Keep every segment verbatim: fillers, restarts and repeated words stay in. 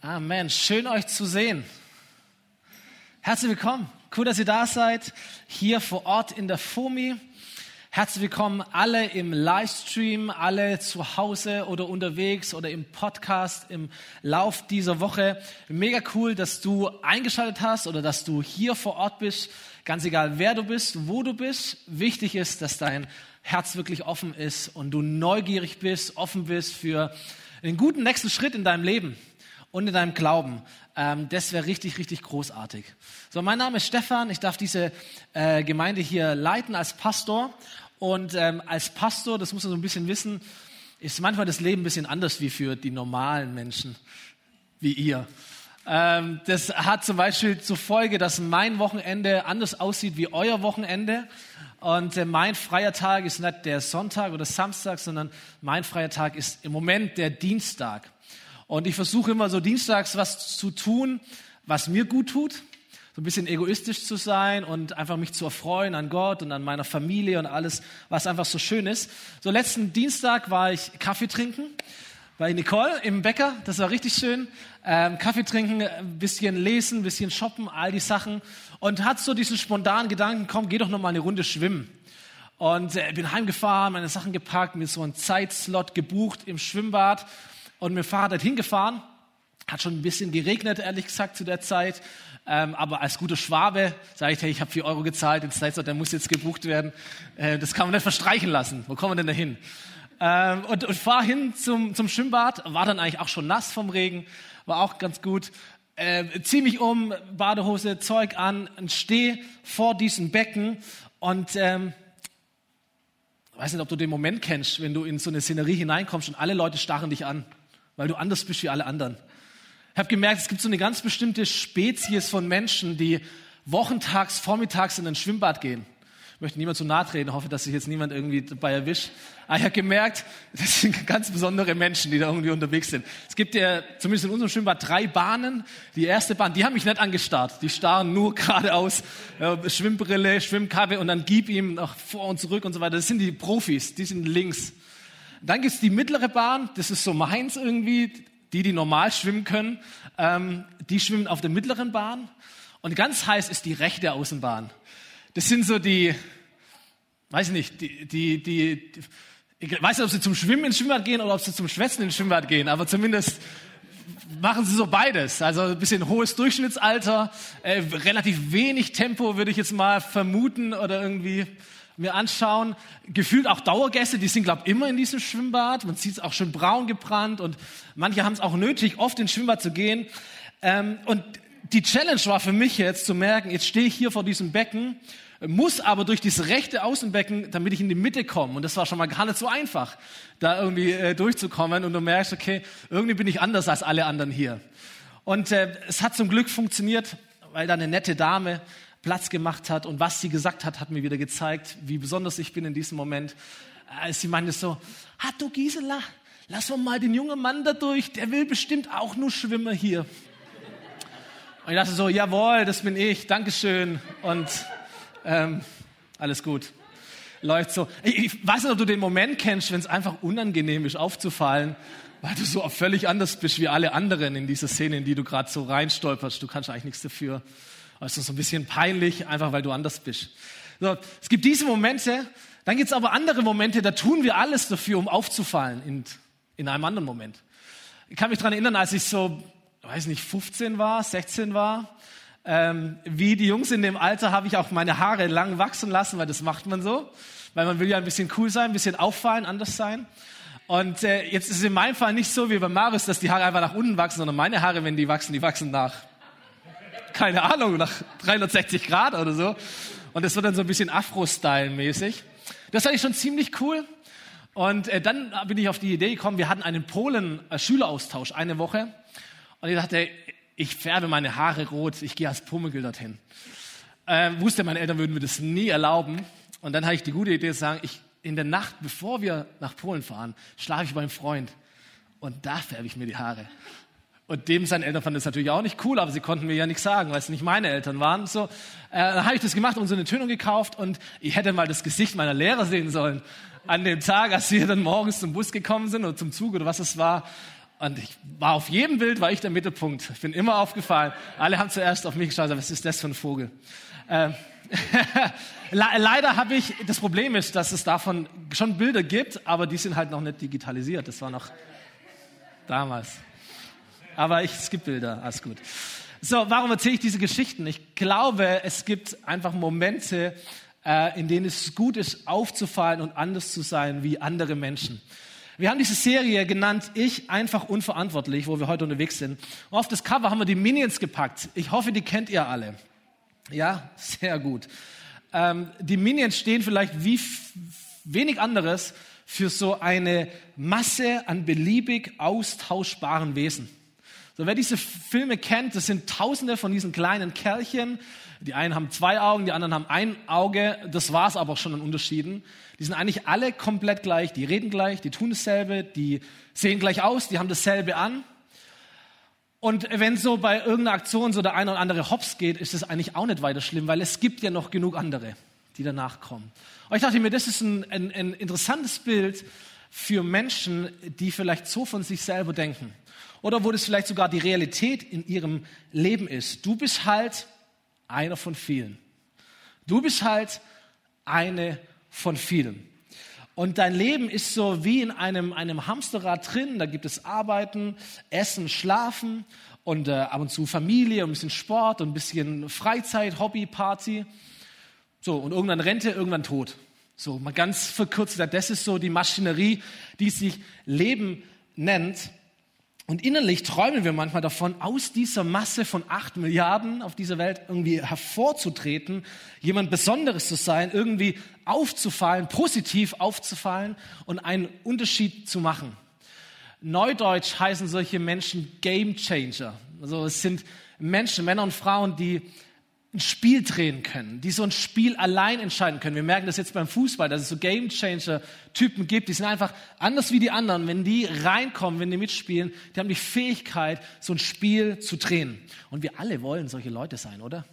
Amen. Schön euch zu sehen. Herzlich willkommen. Cool, dass ihr da seid. Hier vor Ort in der F O M I. Herzlich willkommen alle im Livestream, alle zu Hause oder unterwegs oder im Podcast im Lauf dieser Woche. Mega cool, dass du eingeschaltet hast oder dass du hier vor Ort bist. Ganz egal, wer du bist, wo du bist. Wichtig ist, dass dein Herz wirklich offen ist und du neugierig bist, offen bist für einen guten nächsten Schritt in deinem Leben und in deinem Glauben. Ähm, das wäre richtig, richtig großartig. So, mein Name ist Stefan. Ich darf diese äh, Gemeinde hier leiten als Pastor. Und ähm, als Pastor, das muss man so ein bisschen wissen, ist manchmal das Leben ein bisschen anders wie für die normalen Menschen, wie ihr. Ähm, das hat zum Beispiel zur Folge, dass mein Wochenende anders aussieht wie euer Wochenende. Und äh, mein freier Tag ist nicht der Sonntag oder Samstag, sondern mein freier Tag ist im Moment der Dienstag. Und ich versuche immer so dienstags was zu tun, was mir gut tut. So ein bisschen egoistisch zu sein und einfach mich zu erfreuen an Gott und an meiner Familie und alles, was einfach so schön ist. So letzten Dienstag war ich Kaffee trinken bei Nicole im Bäcker. Das war richtig schön. Ähm, Kaffee trinken, ein bisschen lesen, ein bisschen shoppen, all die Sachen. Und hat so diesen spontanen Gedanken, komm, geh doch noch mal eine Runde schwimmen. Und äh, bin heimgefahren, meine Sachen gepackt, mir so einen Zeitslot gebucht im Schwimmbad und mit dem Fahrrad dorthin gefahren. Hat schon ein bisschen geregnet, ehrlich gesagt, zu der Zeit. Ähm, aber als guter Schwabe sage ich, hey, ich habe vier Euro gezahlt, den Zeitslot, der muss jetzt gebucht werden. Äh, das kann man nicht verstreichen lassen. Wo kommen wir denn da hin? Ähm, und und fahre hin zum, zum Schwimmbad, war dann eigentlich auch schon nass vom Regen, war auch ganz gut. Äh, zieh mich um, Badehose, Zeug an und stehe vor diesem Becken und ähm, ich weiß nicht, ob du den Moment kennst, wenn du in so eine Szenerie hineinkommst und alle Leute starren dich an, weil du anders bist wie alle anderen. Ich habe gemerkt, es gibt so eine ganz bestimmte Spezies von Menschen, die wochentags, vormittags in ein Schwimmbad gehen. Ich möchte niemand zu nahe treten, hoffe, dass sich jetzt niemand irgendwie dabei erwischt. Aber ich habe gemerkt, das sind ganz besondere Menschen, die da irgendwie unterwegs sind. Es gibt ja, zumindest in unserem Schwimmbad, drei Bahnen. Die erste Bahn, die haben mich nicht angestarrt. Die starren nur geradeaus, ja, Schwimmbrille, Schwimmkappe und dann gib ihm nach vor und zurück und so weiter. Das sind die Profis, die sind links. Dann gibt's die mittlere Bahn, das ist so meins irgendwie. Die, die normal schwimmen können, ähm, die schwimmen auf der mittleren Bahn. Und ganz heiß ist die rechte Außenbahn. Das sind so die, weiß ich nicht, die, die, die, die ich weiß nicht, ob sie zum Schwimmen ins Schwimmbad gehen oder ob sie zum Schwätzen ins Schwimmbad gehen, aber zumindest machen sie so beides. Also ein bisschen hohes Durchschnittsalter, äh, relativ wenig Tempo, würde ich jetzt mal vermuten oder irgendwie mir anschauen. Gefühlt auch Dauergäste, die sind, glaube ich, immer in diesem Schwimmbad. Man sieht es auch schön braun gebrannt und manche haben es auch nötig, oft ins Schwimmbad zu gehen. Ähm, und die Challenge war für mich jetzt zu merken, jetzt stehe ich hier vor diesem Becken, muss aber durch dieses rechte Außenbecken, damit ich in die Mitte komme. Und das war schon mal gar nicht so einfach, da irgendwie äh, durchzukommen. Und du merkst, okay, irgendwie bin ich anders als alle anderen hier. Und äh, es hat zum Glück funktioniert, weil da eine nette Dame Platz gemacht hat und was sie gesagt hat, hat mir wieder gezeigt, wie besonders ich bin in diesem Moment. Als sie meinte so, ah du Gisela, lass mal den jungen Mann da durch, der will bestimmt auch nur schwimmen hier. Und ich dachte so, jawohl, das bin ich, Dankeschön und ähm, alles gut. Läuft so. Ich, ich weiß nicht, ob du den Moment kennst, wenn es einfach unangenehm ist, aufzufallen, weil du so völlig anders bist wie alle anderen in dieser Szene, in die du gerade so reinstolperst. Du kannst eigentlich nichts dafür. Es ist so ein bisschen peinlich, einfach weil du anders bist. So, es gibt diese Momente, dann gibt es aber andere Momente, da tun wir alles dafür, um aufzufallen in, in einem anderen Moment. Ich kann mich daran erinnern, als ich so, weiß nicht, fünfzehn war, sechzehn war, ähm, wie die Jungs in dem Alter habe ich auch meine Haare lang wachsen lassen, weil das macht man so, weil man will ja ein bisschen cool sein, ein bisschen auffallen, anders sein. Und äh, jetzt ist es in meinem Fall nicht so wie bei Marius, dass die Haare einfach nach unten wachsen, sondern meine Haare, wenn die wachsen, die wachsen nach keine Ahnung, nach dreihundertsechzig Grad oder so. Und das wird dann so ein bisschen Afro-Style-mäßig. Das fand ich schon ziemlich cool. Und äh, dann bin ich auf die Idee gekommen, wir hatten einen Polen-Schüleraustausch eine Woche. Und ich dachte, ich färbe meine Haare rot, ich gehe als Pumuckl dorthin. Äh, wusste, meine Eltern würden mir das nie erlauben. Und dann hatte ich die gute Idee zu sagen, ich, in der Nacht, bevor wir nach Polen fahren, schlafe ich beim Freund. Und da färbe ich mir die Haare. Und dem seine Eltern fanden das natürlich auch nicht cool, aber sie konnten mir ja nichts sagen, weil es nicht meine Eltern waren. So, äh, dann habe ich das gemacht und so eine Tönung gekauft und ich hätte mal das Gesicht meiner Lehrer sehen sollen an dem Tag, als wir dann morgens zum Bus gekommen sind oder zum Zug oder was es war. Und ich war auf jedem Bild, war ich der Mittelpunkt. Ich bin immer aufgefallen. Alle haben zuerst auf mich geschaut, was ist das für ein Vogel? Ähm, Leider habe ich, das Problem ist, dass es davon schon Bilder gibt, aber die sind halt noch nicht digitalisiert. Das war noch damals. Aber ich, es gibt Bilder, alles gut. So, warum erzähle ich diese Geschichten? Ich glaube, es gibt einfach Momente, äh, in denen es gut ist, aufzufallen und anders zu sein wie andere Menschen. Wir haben diese Serie genannt, Ich einfach unverantwortlich, wo wir heute unterwegs sind. Und auf das Cover haben wir die Minions gepackt. Ich hoffe, die kennt ihr alle. Ja, sehr gut. Ähm, die Minions stehen vielleicht wie f- wenig anderes für so eine Masse an beliebig austauschbaren Wesen. So, wer diese Filme kennt, das sind Tausende von diesen kleinen Kerlchen. Die einen haben zwei Augen, die anderen haben ein Auge. Das war's aber auch schon an Unterschieden. Die sind eigentlich alle komplett gleich. Die reden gleich, die tun dasselbe, die sehen gleich aus, die haben dasselbe an. Und wenn so bei irgendeiner Aktion so der eine oder andere hops geht, ist es eigentlich auch nicht weiter schlimm, weil es gibt ja noch genug andere, die danach kommen. Und ich dachte mir, das ist ein, ein, ein interessantes Bild für Menschen, die vielleicht so von sich selber denken. Oder wo das vielleicht sogar die Realität in ihrem Leben ist. Du bist halt einer von vielen. Du bist halt eine von vielen. Und dein Leben ist so wie in einem, einem Hamsterrad drin. Da gibt es Arbeiten, Essen, Schlafen und äh, ab und zu Familie, ein bisschen Sport und ein bisschen Freizeit, Hobby, Party. So, und irgendwann Rente, irgendwann Tod. So, mal ganz verkürzt, das ist so die Maschinerie, die sich Leben nennt. Und innerlich träumen wir manchmal davon, aus dieser Masse von acht Milliarden auf dieser Welt irgendwie hervorzutreten, jemand Besonderes zu sein, irgendwie aufzufallen, positiv aufzufallen und einen Unterschied zu machen. Neudeutsch heißen solche Menschen Game Changer. Also es sind Menschen, Männer und Frauen, die ein Spiel drehen können, die so ein Spiel allein entscheiden können. Wir merken das jetzt beim Fußball, dass es so Game-Changer-Typen gibt, die sind einfach anders wie die anderen. Wenn die reinkommen, wenn die mitspielen, die haben die Fähigkeit, so ein Spiel zu drehen. Und wir alle wollen solche Leute sein, oder?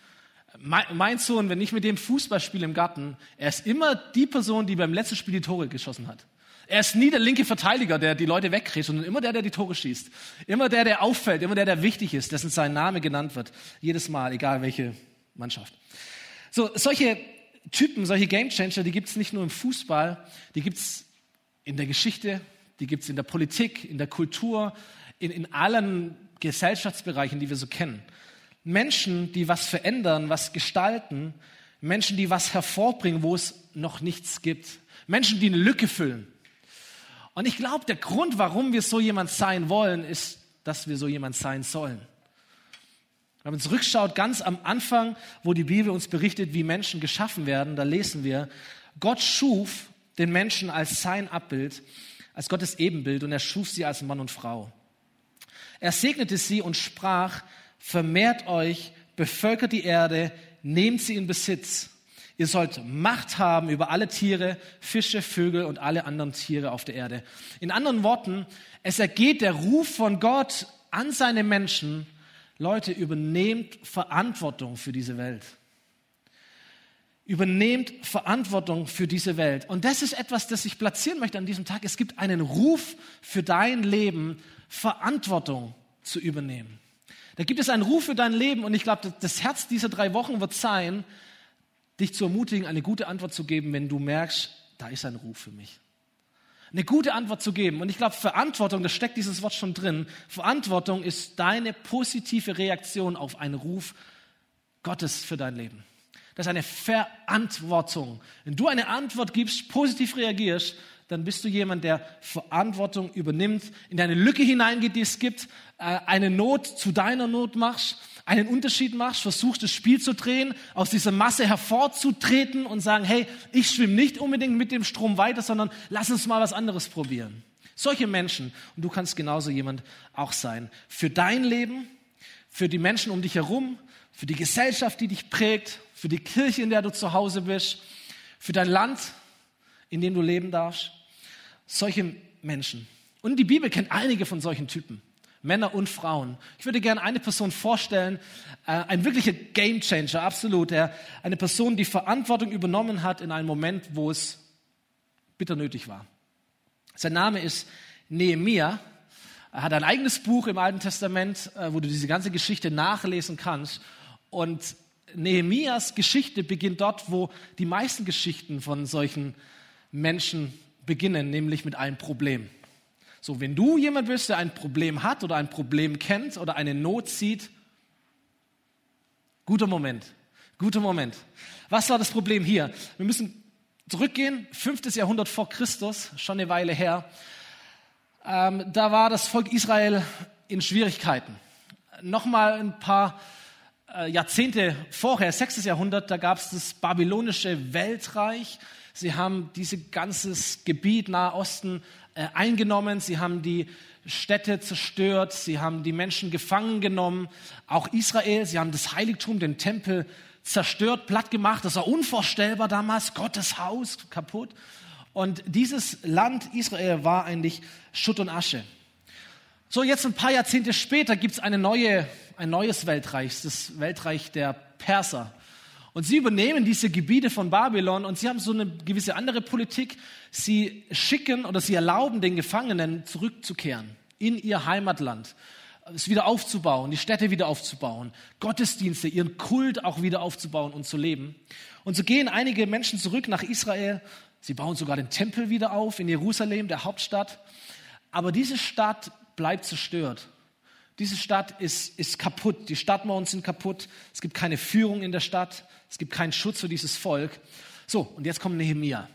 Mein Sohn, wenn ich mit dem Fußball spiele im Garten, er ist immer die Person, die beim letzten Spiel die Tore geschossen hat. Er ist nie der linke Verteidiger, der die Leute wegkriegt, sondern immer der, der die Tore schießt. Immer der, der auffällt, immer der, der wichtig ist, dessen sein Name genannt wird. Jedes Mal, egal welche Mannschaft. So, solche Typen, solche Gamechanger, die gibt es nicht nur im Fußball, die gibt es in der Geschichte, die gibt es in der Politik, in der Kultur, in, in allen Gesellschaftsbereichen, die wir so kennen. Menschen, die was verändern, was gestalten, Menschen, die was hervorbringen, wo es noch nichts gibt. Menschen, die eine Lücke füllen. Und ich glaube, der Grund, warum wir so jemand sein wollen, ist, dass wir so jemand sein sollen. Wenn man zurückschaut, ganz am Anfang, wo die Bibel uns berichtet, wie Menschen geschaffen werden, da lesen wir, Gott schuf den Menschen als sein Abbild, als Gottes Ebenbild, und er schuf sie als Mann und Frau. Er segnete sie und sprach, vermehrt euch, bevölkert die Erde, nehmt sie in Besitz. Ihr sollt Macht haben über alle Tiere, Fische, Vögel und alle anderen Tiere auf der Erde. In anderen Worten, es ergeht der Ruf von Gott an seine Menschen, Leute, übernehmt Verantwortung für diese Welt. Übernehmt Verantwortung für diese Welt. Und das ist etwas, das ich platzieren möchte an diesem Tag. Es gibt einen Ruf für dein Leben, Verantwortung zu übernehmen. Da gibt es einen Ruf für dein Leben und ich glaube, das Herz dieser drei Wochen wird sein, dich zu ermutigen, eine gute Antwort zu geben, wenn du merkst, da ist ein Ruf für mich. Eine gute Antwort zu geben. Und ich glaube, Verantwortung, da steckt dieses Wort schon drin. Verantwortung ist deine positive Reaktion auf einen Ruf Gottes für dein Leben. Das ist eine Verantwortung. Wenn du eine Antwort gibst, positiv reagierst, dann bist du jemand, der Verantwortung übernimmt, in deine Lücke hineingeht, die es gibt, eine Not zu deiner Not machst, einen Unterschied machst, versuchst das Spiel zu drehen, aus dieser Masse hervorzutreten und sagen, hey, ich schwimme nicht unbedingt mit dem Strom weiter, sondern lass uns mal was anderes probieren. Solche Menschen, und du kannst genauso jemand auch sein, für dein Leben, für die Menschen um dich herum, für die Gesellschaft, die dich prägt, für die Kirche, in der du zu Hause bist, für dein Land, in dem du leben darfst. Solche Menschen. Und die Bibel kennt einige von solchen Typen. Männer und Frauen. Ich würde gerne eine Person vorstellen, äh, ein wirklicher Gamechanger, absolut. Er, eine Person, die Verantwortung übernommen hat in einem Moment, wo es bitter nötig war. Sein Name ist Nehemia. Er hat ein eigenes Buch im Alten Testament, wo du diese ganze Geschichte nachlesen kannst. Und Nehemias Geschichte beginnt dort, wo die meisten Geschichten von solchen Menschen beginnen, nämlich mit einem Problem. So, wenn du jemand bist, der ein Problem hat oder ein Problem kennt oder eine Not sieht, guter Moment, guter Moment. Was war das Problem hier? Wir müssen zurückgehen, fünftes Jahrhundert vor Christus, schon eine Weile her. Ähm, da war das Volk Israel in Schwierigkeiten. Nochmal ein paar äh, Jahrzehnte vorher, sechstes Jahrhundert, da gab es das babylonische Weltreich. Sie haben dieses ganze Gebiet Nahe Osten äh, eingenommen. Sie haben die Städte zerstört. Sie haben die Menschen gefangen genommen. Auch Israel. Sie haben das Heiligtum, den Tempel zerstört, platt gemacht. Das war unvorstellbar damals. Gottes Haus kaputt. Und dieses Land Israel war eigentlich Schutt und Asche. So, jetzt ein paar Jahrzehnte später gibt es eine neue, ein neues Weltreich, das Weltreich der Perser. Und sie übernehmen diese Gebiete von Babylon und sie haben so eine gewisse andere Politik. Sie schicken oder sie erlauben den Gefangenen zurückzukehren in ihr Heimatland, es wieder aufzubauen, die Städte wieder aufzubauen, Gottesdienste, ihren Kult auch wieder aufzubauen und zu leben. Und so gehen einige Menschen zurück nach Israel. Sie bauen sogar den Tempel wieder auf in Jerusalem, der Hauptstadt. Aber diese Stadt bleibt zerstört. Diese Stadt ist, ist kaputt. Die Stadtmauern sind kaputt. Es gibt keine Führung in der Stadt. Es gibt keinen Schutz für dieses Volk. So, und jetzt kommt Nehemia.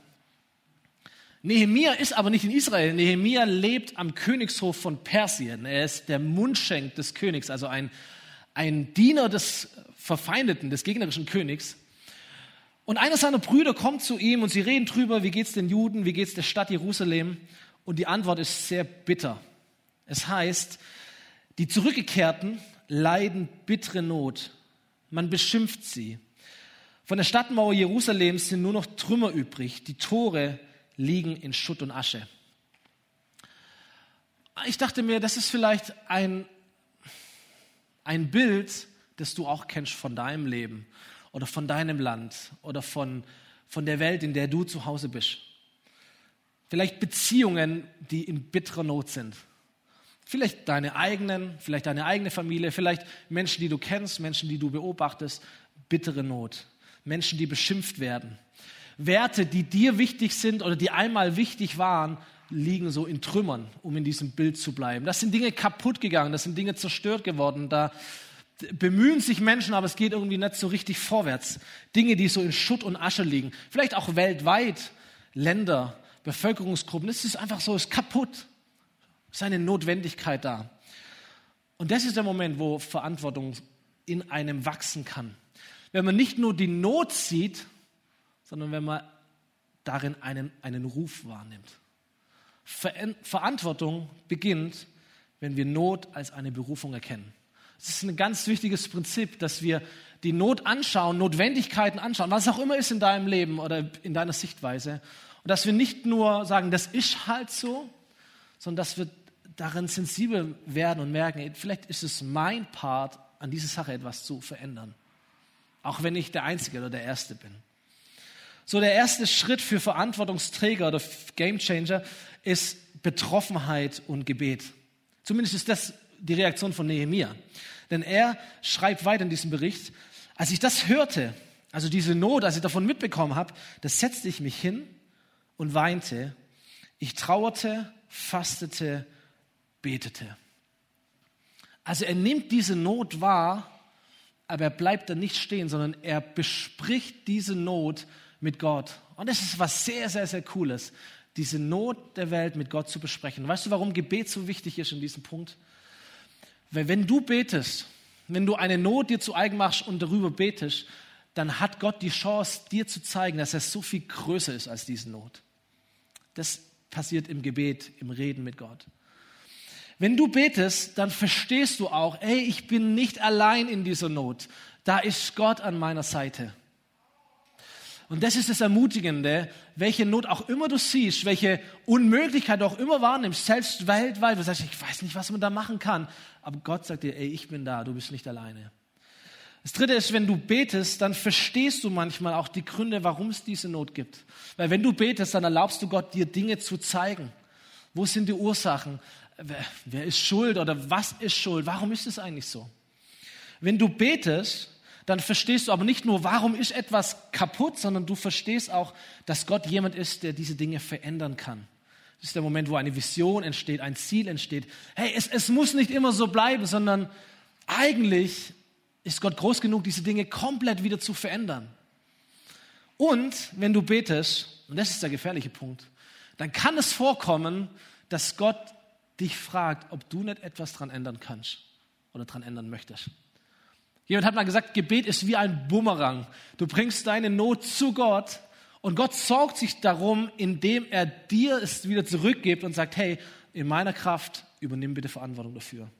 Nehemia ist aber nicht in Israel. Nehemia lebt am Königshof von Persien. Er ist der Mundschenk des Königs, also ein, ein Diener des verfeindeten, des gegnerischen Königs. Und einer seiner Brüder kommt zu ihm und sie reden drüber, wie geht's den Juden, wie geht's der Stadt Jerusalem? Und die Antwort ist sehr bitter. Es heißt, die Zurückgekehrten leiden bittere Not. Man beschimpft sie. Von der Stadtmauer Jerusalems sind nur noch Trümmer übrig. Die Tore liegen in Schutt und Asche. Ich dachte mir, das ist vielleicht ein, ein Bild, das du auch kennst von deinem Leben oder von deinem Land oder von, von der Welt, in der du zu Hause bist. Vielleicht Beziehungen, die in bitterer Not sind. Vielleicht deine eigenen, vielleicht deine eigene Familie, vielleicht Menschen, die du kennst, Menschen, die du beobachtest, bittere Not. Menschen, die beschimpft werden. Werte, die dir wichtig sind oder die einmal wichtig waren, liegen so in Trümmern, um in diesem Bild zu bleiben. Das sind Dinge kaputt gegangen, das sind Dinge zerstört geworden. Da bemühen sich Menschen, aber es geht irgendwie nicht so richtig vorwärts. Dinge, die so in Schutt und Asche liegen. Vielleicht auch weltweit, Länder, Bevölkerungsgruppen. Es ist einfach so, es ist kaputt. Es ist eine Notwendigkeit da. Und das ist der Moment, wo Verantwortung in einem wachsen kann. Wenn man nicht nur die Not sieht, sondern wenn man darin einen, einen Ruf wahrnimmt. Ver- Verantwortung beginnt, wenn wir Not als eine Berufung erkennen. Es ist ein ganz wichtiges Prinzip, dass wir die Not anschauen, Notwendigkeiten anschauen, was auch immer ist in deinem Leben oder in deiner Sichtweise. Und dass wir nicht nur sagen, das ist halt so, sondern dass wir darin sensibel werden und merken, vielleicht ist es mein Part, an dieser Sache etwas zu verändern. Auch wenn ich der Einzige oder der Erste bin. So, der erste Schritt für Verantwortungsträger oder Gamechanger ist Betroffenheit und Gebet. Zumindest ist das die Reaktion von Nehemia. Denn er schreibt weiter in diesem Bericht, als ich das hörte, also diese Not, als ich davon mitbekommen habe, da setzte ich mich hin und weinte. Ich trauerte, fastete, betete. Also er nimmt diese Not wahr, aber er bleibt da nicht stehen, sondern er bespricht diese Not mit Gott. Und das ist was sehr, sehr, sehr Cooles, diese Not der Welt mit Gott zu besprechen. Weißt du, warum Gebet so wichtig ist in diesem Punkt? Weil wenn du betest, wenn du eine Not dir zu eigen machst und darüber betest, dann hat Gott die Chance, dir zu zeigen, dass er so viel größer ist als diese Not. Das passiert im Gebet, im Reden mit Gott. Wenn du betest, dann verstehst du auch, ey, ich bin nicht allein in dieser Not. Da ist Gott an meiner Seite. Und das ist das Ermutigende, welche Not auch immer du siehst, welche Unmöglichkeit du auch immer wahrnimmst, selbst weltweit, du sagst, ich weiß nicht, was man da machen kann. Aber Gott sagt dir, ey, ich bin da, du bist nicht alleine. Das Dritte ist, wenn du betest, dann verstehst du manchmal auch die Gründe, warum es diese Not gibt. Weil wenn du betest, dann erlaubst du Gott, dir Dinge zu zeigen. Wo sind die Ursachen? wer, wer ist schuld oder was ist schuld? Warum ist es eigentlich so? Wenn du betest, dann verstehst du aber nicht nur, warum ist etwas kaputt, sondern du verstehst auch, dass Gott jemand ist, der diese Dinge verändern kann. Das ist der Moment, wo eine Vision entsteht, ein Ziel entsteht. Hey, es, es muss nicht immer so bleiben, sondern eigentlich ist Gott groß genug, diese Dinge komplett wieder zu verändern. Und wenn du betest, und das ist der gefährliche Punkt, dann kann es vorkommen, dass Gott dich fragt, ob du nicht etwas dran ändern kannst oder dran ändern möchtest. Jemand hat mal gesagt, Gebet ist wie ein Bumerang. Du bringst deine Not zu Gott und Gott sorgt sich darum, indem er dir es wieder zurückgibt und sagt, hey, in meiner Kraft übernimm bitte Verantwortung dafür.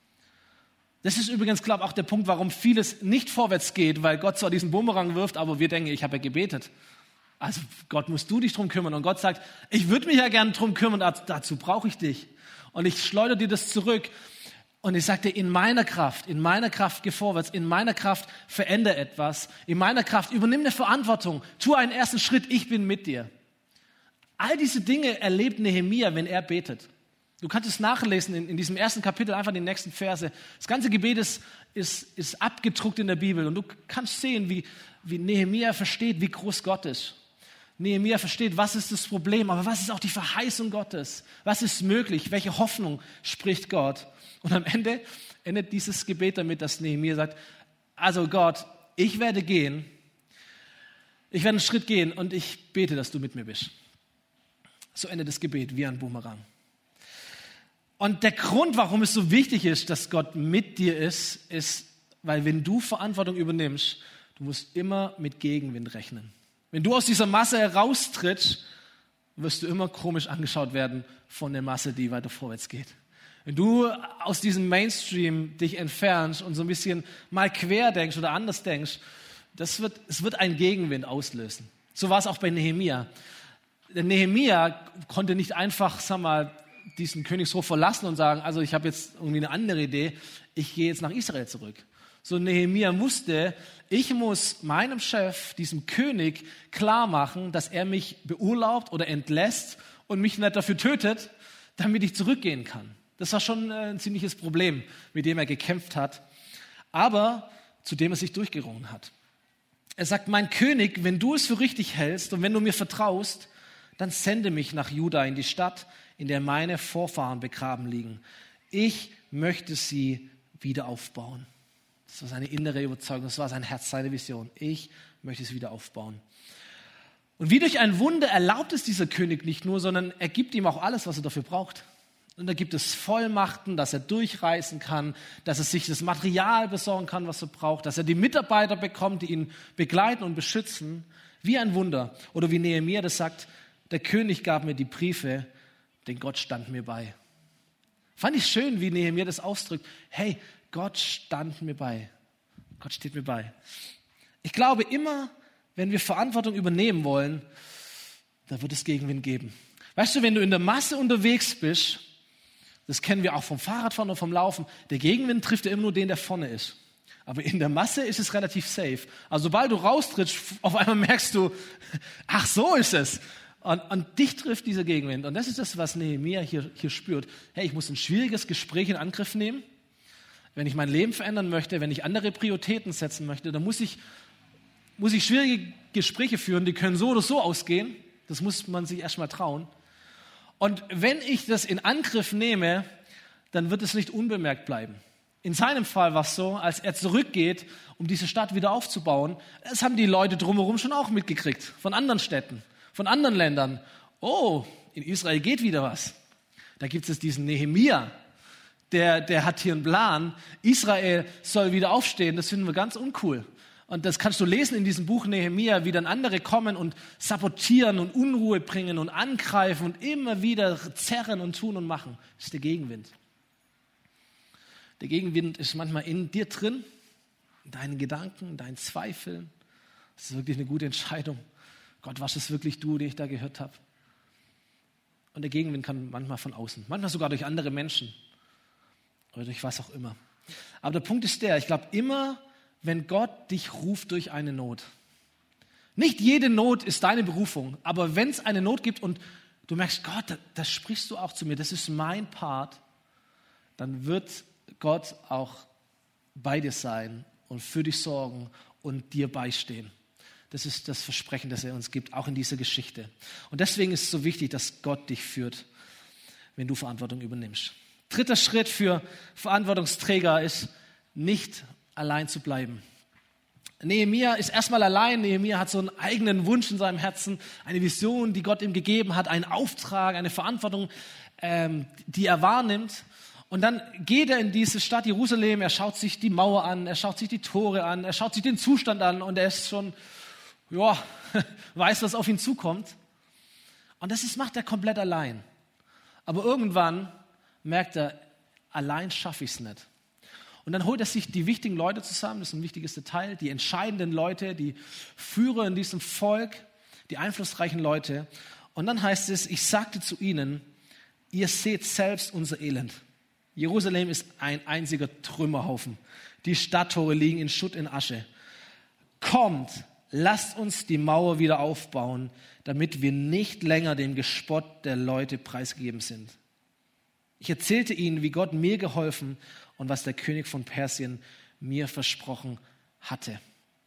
Das ist übrigens, glaube ich, auch der Punkt, warum vieles nicht vorwärts geht, weil Gott zwar diesen Bumerang wirft, aber wir denken, ich habe ja gebetet. Also Gott, musst du dich drum kümmern. Und Gott sagt, ich würde mich ja gerne drum kümmern, dazu brauche ich dich. Und ich schleudere dir das zurück. Und ich sagte, in meiner Kraft, in meiner Kraft geh vorwärts, in meiner Kraft verändere etwas, in meiner Kraft übernimm eine Verantwortung, tu einen ersten Schritt, ich bin mit dir. All diese Dinge erlebt Nehemia, wenn er betet. Du kannst es nachlesen in, in diesem ersten Kapitel, einfach die nächsten Verse. Das ganze Gebet ist, ist, ist abgedruckt in der Bibel und du kannst sehen, wie, wie Nehemia versteht, wie groß Gott ist. Nehemia versteht, was ist das Problem, aber was ist auch die Verheißung Gottes? Was ist möglich? Welche Hoffnung spricht Gott? Und am Ende endet dieses Gebet damit, dass Nehemia sagt, also Gott, ich werde gehen, ich werde einen Schritt gehen und ich bete, dass du mit mir bist. So endet das Gebet wie ein Bumerang. Und der Grund, warum es so wichtig ist, dass Gott mit dir ist, ist, weil wenn du Verantwortung übernimmst, du musst immer mit Gegenwind rechnen. Wenn du aus dieser Masse heraustrittst, wirst du immer komisch angeschaut werden von der Masse, die weiter vorwärts geht. Wenn du aus diesem Mainstream dich entfernst und so ein bisschen mal quer denkst oder anders denkst, das wird, es wird einen Gegenwind auslösen. So war es auch bei Nehemia. Der Nehemia konnte nicht einfach, sag mal, diesen Königshof verlassen und sagen, also ich habe jetzt irgendwie eine andere Idee, ich gehe jetzt nach Israel zurück. So Nehemia musste, ich muss meinem Chef, diesem König, klar machen, dass er mich beurlaubt oder entlässt und mich nicht dafür tötet, damit ich zurückgehen kann. Das war schon ein ziemliches Problem, mit dem er gekämpft hat, aber zu dem er sich durchgerungen hat. Er sagt, mein König, wenn du es für richtig hältst und wenn du mir vertraust, dann sende mich nach Juda in die Stadt, in der meine Vorfahren begraben liegen. Ich möchte sie wieder aufbauen. Das war seine innere Überzeugung, das war sein Herz, seine Vision. Ich möchte es wieder aufbauen. Und wie durch ein Wunder erlaubt es dieser König nicht nur, sondern er gibt ihm auch alles, was er dafür braucht. Und da gibt es Vollmachten, dass er durchreisen kann, dass er sich das Material besorgen kann, was er braucht, dass er die Mitarbeiter bekommt, die ihn begleiten und beschützen. Wie ein Wunder. Oder wie Nehemia das sagt, der König gab mir die Briefe, denn Gott stand mir bei. Fand ich schön, wie Nehemia das ausdrückt. Hey, Gott stand mir bei. Gott steht mir bei. Ich glaube, immer, wenn wir Verantwortung übernehmen wollen, da wird es Gegenwind geben. Weißt du, wenn du in der Masse unterwegs bist, das kennen wir auch vom Fahrradfahren oder vom Laufen, der Gegenwind trifft ja immer nur den, der vorne ist. Aber in der Masse ist es relativ safe. Also sobald du raustrittst, auf einmal merkst du, ach so ist es. Und, und dich trifft dieser Gegenwind. Und das ist das, was Nehemia hier, hier spürt. Hey, ich muss ein schwieriges Gespräch in Angriff nehmen. Wenn ich mein Leben verändern möchte, wenn ich andere Prioritäten setzen möchte, dann muss ich, muss ich schwierige Gespräche führen, die können so oder so ausgehen. Das muss man sich erstmal trauen. Und wenn ich das in Angriff nehme, dann wird es nicht unbemerkt bleiben. In seinem Fall war es so, als er zurückgeht, um diese Stadt wieder aufzubauen, das haben die Leute drumherum schon auch mitgekriegt, von anderen Städten, von anderen Ländern. Oh, in Israel geht wieder was. Da gibt es diesen Nehemia, der, der hat hier einen Plan. Israel soll wieder aufstehen, das finden wir ganz uncool. Und das kannst du lesen in diesem Buch Nehemia, wie dann andere kommen und sabotieren und Unruhe bringen und angreifen und immer wieder zerren und tun und machen. Das ist der Gegenwind. Der Gegenwind ist manchmal in dir drin, in deinen Gedanken, in deinen Zweifeln. Das ist wirklich eine gute Entscheidung. Gott, was ist wirklich du, den ich da gehört habe? Und der Gegenwind kann manchmal von außen, manchmal sogar durch andere Menschen oder durch was auch immer. Aber der Punkt ist der, ich glaube immer, wenn Gott dich ruft durch eine Not. Nicht jede Not ist deine Berufung, aber wenn es eine Not gibt und du merkst, Gott, das, das sprichst du auch zu mir, das ist mein Part, dann wird Gott auch bei dir sein und für dich sorgen und dir beistehen. Das ist das Versprechen, das er uns gibt, auch in dieser Geschichte. Und deswegen ist es so wichtig, dass Gott dich führt, wenn du Verantwortung übernimmst. Dritter Schritt für Verantwortungsträger ist, nicht allein zu bleiben. Nehemia ist erstmal allein. Nehemia hat so einen eigenen Wunsch in seinem Herzen, eine Vision, die Gott ihm gegeben hat, einen Auftrag, eine Verantwortung, ähm, die er wahrnimmt. Und dann geht er in diese Stadt Jerusalem, er schaut sich die Mauer an, er schaut sich die Tore an, er schaut sich den Zustand an und er ist schon, ja, weiß, was auf ihn zukommt. Und das ist, macht er komplett allein. Aber irgendwann merkt er, allein schaffe ich es nicht. Und dann holt er sich die wichtigen Leute zusammen, das ist ein wichtiges Detail, die entscheidenden Leute, die Führer in diesem Volk, die einflussreichen Leute. Und dann heißt es, ich sagte zu ihnen, ihr seht selbst unser Elend. Jerusalem ist ein einziger Trümmerhaufen. Die Stadttore liegen in Schutt und Asche. Kommt, lasst uns die Mauer wieder aufbauen, damit wir nicht länger dem Gespott der Leute preisgegeben sind. Ich erzählte ihnen, wie Gott mir geholfen und was der König von Persien mir versprochen hatte.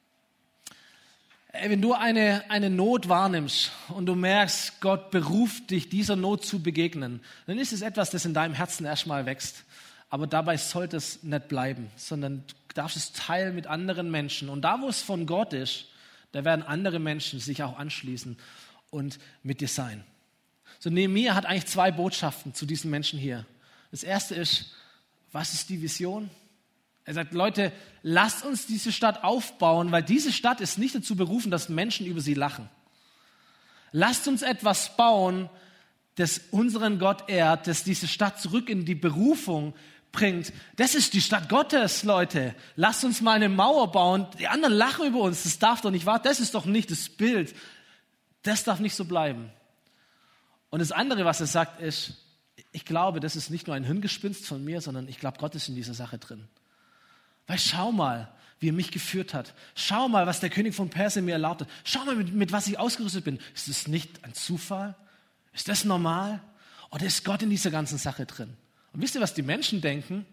Wenn du eine, eine Not wahrnimmst und du merkst, Gott beruft dich, dieser Not zu begegnen, dann ist es etwas, das in deinem Herzen erstmal wächst. Aber dabei sollte es nicht bleiben, sondern du darfst es teilen mit anderen Menschen. Und da, wo es von Gott ist, da werden andere Menschen sich auch anschließen und mit dir sein. So, Nehemia hat eigentlich zwei Botschaften zu diesen Menschen hier. Das erste ist, was ist die Vision? Er sagt, Leute, lasst uns diese Stadt aufbauen, weil diese Stadt ist nicht dazu berufen, dass Menschen über sie lachen. Lasst uns etwas bauen, das unseren Gott ehrt, das diese Stadt zurück in die Berufung bringt. Das ist die Stadt Gottes, Leute. Lasst uns mal eine Mauer bauen. Die anderen lachen über uns. Das darf doch nicht wahr. Das ist doch nicht das Bild. Das darf nicht so bleiben. Und das andere, was er sagt, ist, ich glaube, das ist nicht nur ein Hirngespinst von mir, sondern ich glaube, Gott ist in dieser Sache drin. Weil schau mal, wie er mich geführt hat. Schau mal, was der König von Persien mir erlaubt hat. Schau mal, mit, mit was ich ausgerüstet bin. Ist das nicht ein Zufall? Ist das normal? Oder ist Gott in dieser ganzen Sache drin? Und wisst ihr, was die Menschen denken?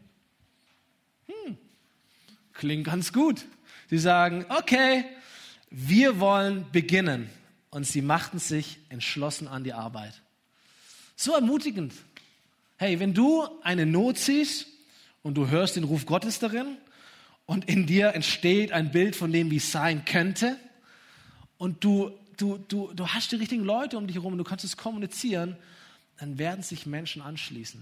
Hm, klingt ganz gut. Sie sagen, okay, wir wollen beginnen. Und sie machten sich entschlossen an die Arbeit. So ermutigend. Hey, wenn du eine Not siehst und du hörst den Ruf Gottes darin und in dir entsteht ein Bild von dem, wie es sein könnte und du, du, du, du hast die richtigen Leute um dich herum und du kannst es kommunizieren, dann werden sich Menschen anschließen.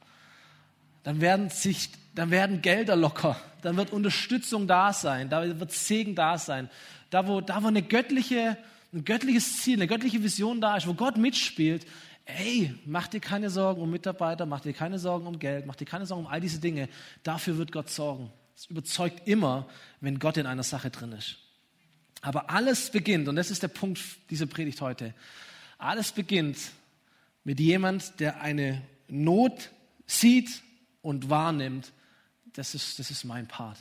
Dann werden, sich, dann werden Gelder locker, dann wird Unterstützung da sein, da wird Segen da sein. Da, wo, da, wo eine göttliche, ein göttliches Ziel, eine göttliche Vision da ist, wo Gott mitspielt, ey, mach dir keine Sorgen um Mitarbeiter, mach dir keine Sorgen um Geld, mach dir keine Sorgen um all diese Dinge. Dafür wird Gott sorgen. Es überzeugt immer, wenn Gott in einer Sache drin ist. Aber alles beginnt, und das ist der Punkt dieser Predigt heute, alles beginnt mit jemand, der eine Not sieht und wahrnimmt. Das ist, das ist mein Part.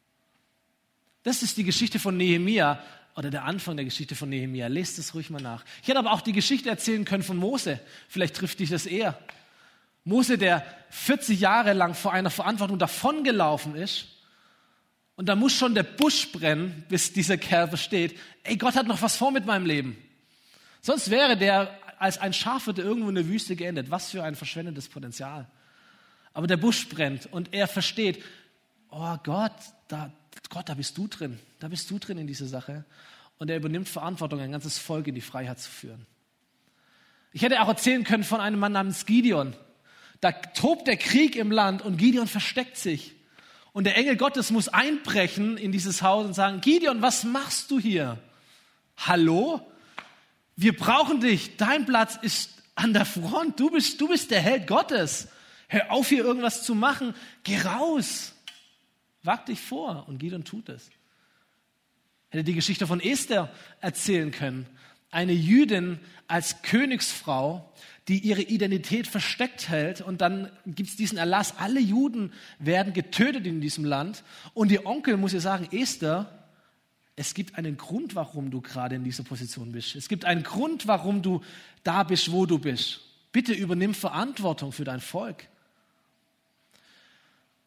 Das ist die Geschichte von Nehemia, oder der Anfang der Geschichte von Nehemia. Lest es ruhig mal nach. Ich hätte aber auch die Geschichte erzählen können von Mose. Vielleicht trifft dich das eher. Mose, der vierzig Jahre lang vor einer Verantwortung davongelaufen ist. Und da muss schon der Busch brennen, bis dieser Kerl versteht, ey, Gott hat noch was vor mit meinem Leben. Sonst wäre der als ein Schafhirte irgendwo in der Wüste geendet. Was für ein verschwendetes Potenzial. Aber der Busch brennt und er versteht, oh Gott, da, Gott, da bist du drin. Da bist du drin in dieser Sache. Und er übernimmt Verantwortung, ein ganzes Volk in die Freiheit zu führen. Ich hätte auch erzählen können von einem Mann namens Gideon. Da tobt der Krieg im Land und Gideon versteckt sich. Und der Engel Gottes muss einbrechen in dieses Haus und sagen, Gideon, was machst du hier? Hallo? Wir brauchen dich. Dein Platz ist an der Front. Du bist, du bist der Held Gottes. Hör auf, hier irgendwas zu machen. Geh raus. Wag dich vor. Und Gideon tut es. Hätte die Geschichte von Esther erzählen können. Eine Jüdin als Königsfrau, die ihre Identität versteckt hält. Und dann gibt es diesen Erlass, alle Juden werden getötet in diesem Land. Und ihr Onkel muss ihr sagen, Esther, es gibt einen Grund, warum du gerade in dieser Position bist. Es gibt einen Grund, warum du da bist, wo du bist. Bitte übernimm Verantwortung für dein Volk.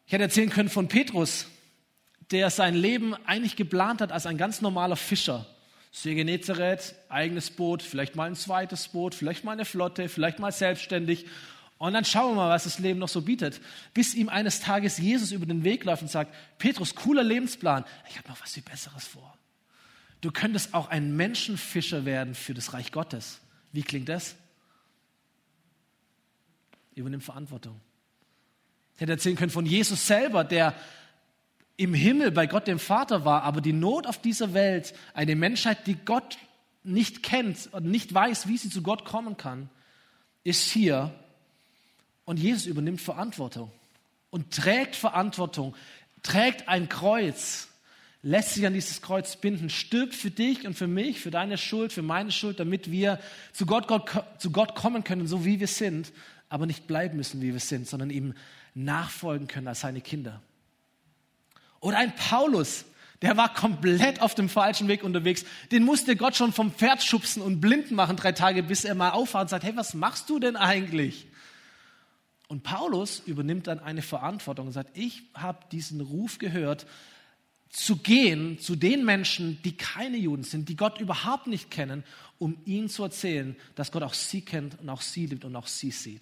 Ich hätte erzählen können von Petrus, der sein Leben eigentlich geplant hat als ein ganz normaler Fischer. See Genezareth, eigenes Boot, vielleicht mal ein zweites Boot, vielleicht mal eine Flotte, vielleicht mal selbstständig. Und dann schauen wir mal, was das Leben noch so bietet. Bis ihm eines Tages Jesus über den Weg läuft und sagt, Petrus, cooler Lebensplan, ich habe noch was viel Besseres vor. Du könntest auch ein Menschenfischer werden für das Reich Gottes. Wie klingt das? Übernimm Verantwortung. Ich hätte erzählen können von Jesus selber, der im Himmel bei Gott dem Vater war, aber die Not auf dieser Welt, eine Menschheit, die Gott nicht kennt und nicht weiß, wie sie zu Gott kommen kann, ist hier. Und Jesus übernimmt Verantwortung und trägt Verantwortung, trägt ein Kreuz, lässt sich an dieses Kreuz binden, stirbt für dich und für mich, für deine Schuld, für meine Schuld, damit wir zu Gott, Gott, zu Gott kommen können, so wie wir sind, aber nicht bleiben müssen, wie wir sind, sondern ihm nachfolgen können als seine Kinder. Oder ein Paulus, der war komplett auf dem falschen Weg unterwegs. Den musste Gott schon vom Pferd schubsen und blind machen drei Tage, bis er mal aufwacht und sagt, hey, was machst du denn eigentlich? Und Paulus übernimmt dann eine Verantwortung und sagt, ich habe diesen Ruf gehört, zu gehen zu den Menschen, die keine Juden sind, die Gott überhaupt nicht kennen, um ihnen zu erzählen, dass Gott auch sie kennt und auch sie liebt und auch sie sieht.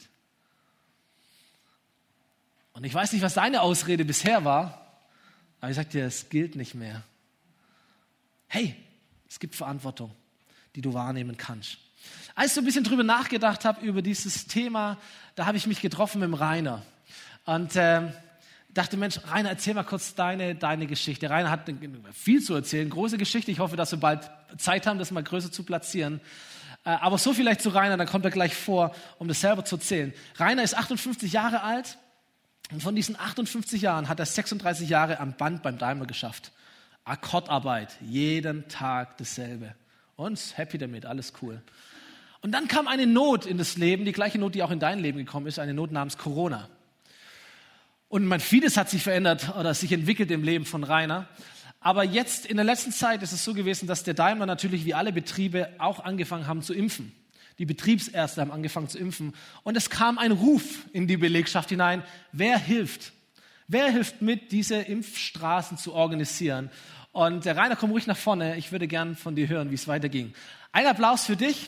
Und ich weiß nicht, was deine Ausrede bisher war, aber ich sage dir, es gilt nicht mehr. Hey, es gibt Verantwortung, die du wahrnehmen kannst. Als ich so ein bisschen drüber nachgedacht habe, über dieses Thema, da habe ich mich getroffen mit dem Rainer. Und äh, dachte, Mensch, Rainer, erzähl mal kurz deine, deine Geschichte. Rainer hat viel zu erzählen, große Geschichte. Ich hoffe, dass wir bald Zeit haben, das mal größer zu platzieren. Äh, aber so vielleicht zu Rainer, dann kommt er gleich vor, um das selber zu erzählen. Rainer ist achtundfünfzig Jahre alt. Und von diesen achtundfünfzig Jahren hat er sechsunddreißig Jahre am Band beim Daimler geschafft. Akkordarbeit, jeden Tag dasselbe. Und happy damit, alles cool. Und dann kam eine Not in das Leben, die gleiche Not, die auch in dein Leben gekommen ist, eine Not namens Corona. Und man, vieles hat sich verändert oder sich entwickelt im Leben von Rainer. Aber jetzt in der letzten Zeit ist es so gewesen, dass der Daimler natürlich wie alle Betriebe auch angefangen haben zu impfen. Die Betriebsärzte haben angefangen zu impfen. Und es kam ein Ruf in die Belegschaft hinein. Wer hilft? Wer hilft mit, diese Impfstraßen zu organisieren? Und der Rainer, komm ruhig nach vorne. Ich würde gern von dir hören, wie es weiterging. Ein Applaus für dich.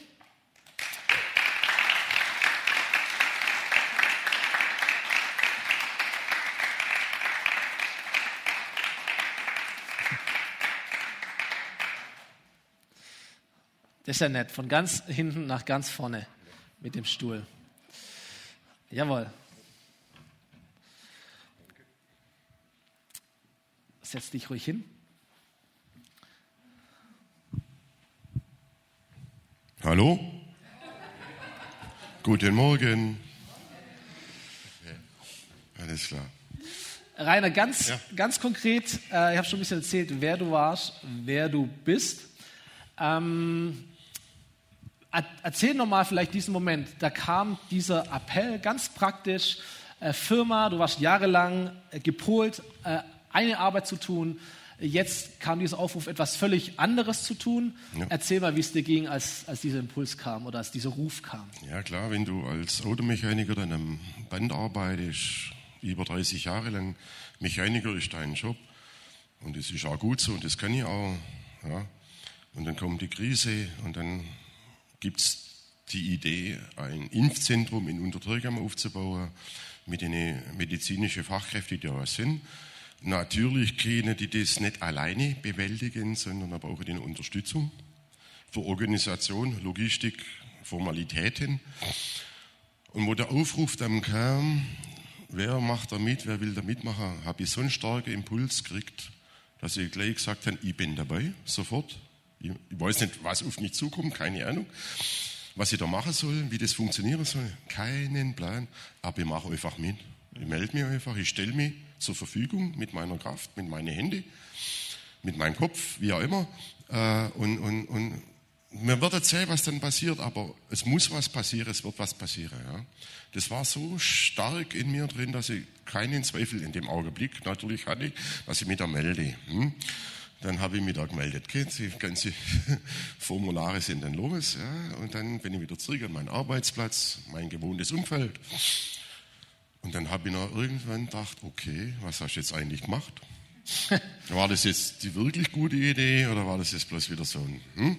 Das ist ja nett, von ganz hinten nach ganz vorne mit dem Stuhl. Jawohl. Setz dich ruhig hin. Hallo? Guten Morgen. Alles klar. Rainer, ganz, ja. ganz konkret, äh, ich habe schon ein bisschen erzählt, wer du warst, wer du bist. Ähm, Erzähl nochmal vielleicht diesen Moment, da kam dieser Appell, ganz praktisch, äh, Firma, du warst jahrelang äh, gepolt, äh, eine Arbeit zu tun, jetzt kam dieser Aufruf, etwas völlig anderes zu tun. Ja. Erzähl mal, wie es dir ging, als, als dieser Impuls kam oder als dieser Ruf kam. Ja klar, wenn du als Automechaniker dann am Band arbeitest, über dreißig Jahre lang, Mechaniker ist dein Job und das ist auch gut so und das kann ich auch, ja. Und dann kommt die Krise und dann gibt es die Idee, ein Impfzentrum in Untertürkheim aufzubauen mit den medizinischen Fachkräften, die da sind. Natürlich können die das nicht alleine bewältigen, sondern aber auch eine Unterstützung für Organisation, Logistik, Formalitäten. Und wo der Aufruf dann kam, wer macht da mit, wer will da mitmachen, habe ich so einen starken Impuls gekriegt, dass ich gleich gesagt habe, ich bin dabei, sofort. Ich weiß nicht, was auf mich zukommt, keine Ahnung, was ich da machen soll, wie das funktionieren soll, keinen Plan, aber ich mache einfach mit. Ich melde mich einfach, ich stelle mich zur Verfügung mit meiner Kraft, mit meinen Händen, mit meinem Kopf, wie auch immer. Und, und, und mir wird erzählen, was dann passiert, aber es muss was passieren, es wird was passieren. Ja. Das war so stark in mir drin, dass ich keinen Zweifel in dem Augenblick natürlich hatte, dass ich mich da melde. Hm? Dann habe ich mich da gemeldet. Die ganzen Formulare sind dann los. Ja, und dann bin ich wieder zurück an meinen Arbeitsplatz, mein gewohntes Umfeld. Und dann habe ich noch irgendwann gedacht, okay, was hast du jetzt eigentlich gemacht? War das jetzt die wirklich gute Idee oder war das jetzt bloß wieder so ein... Hm?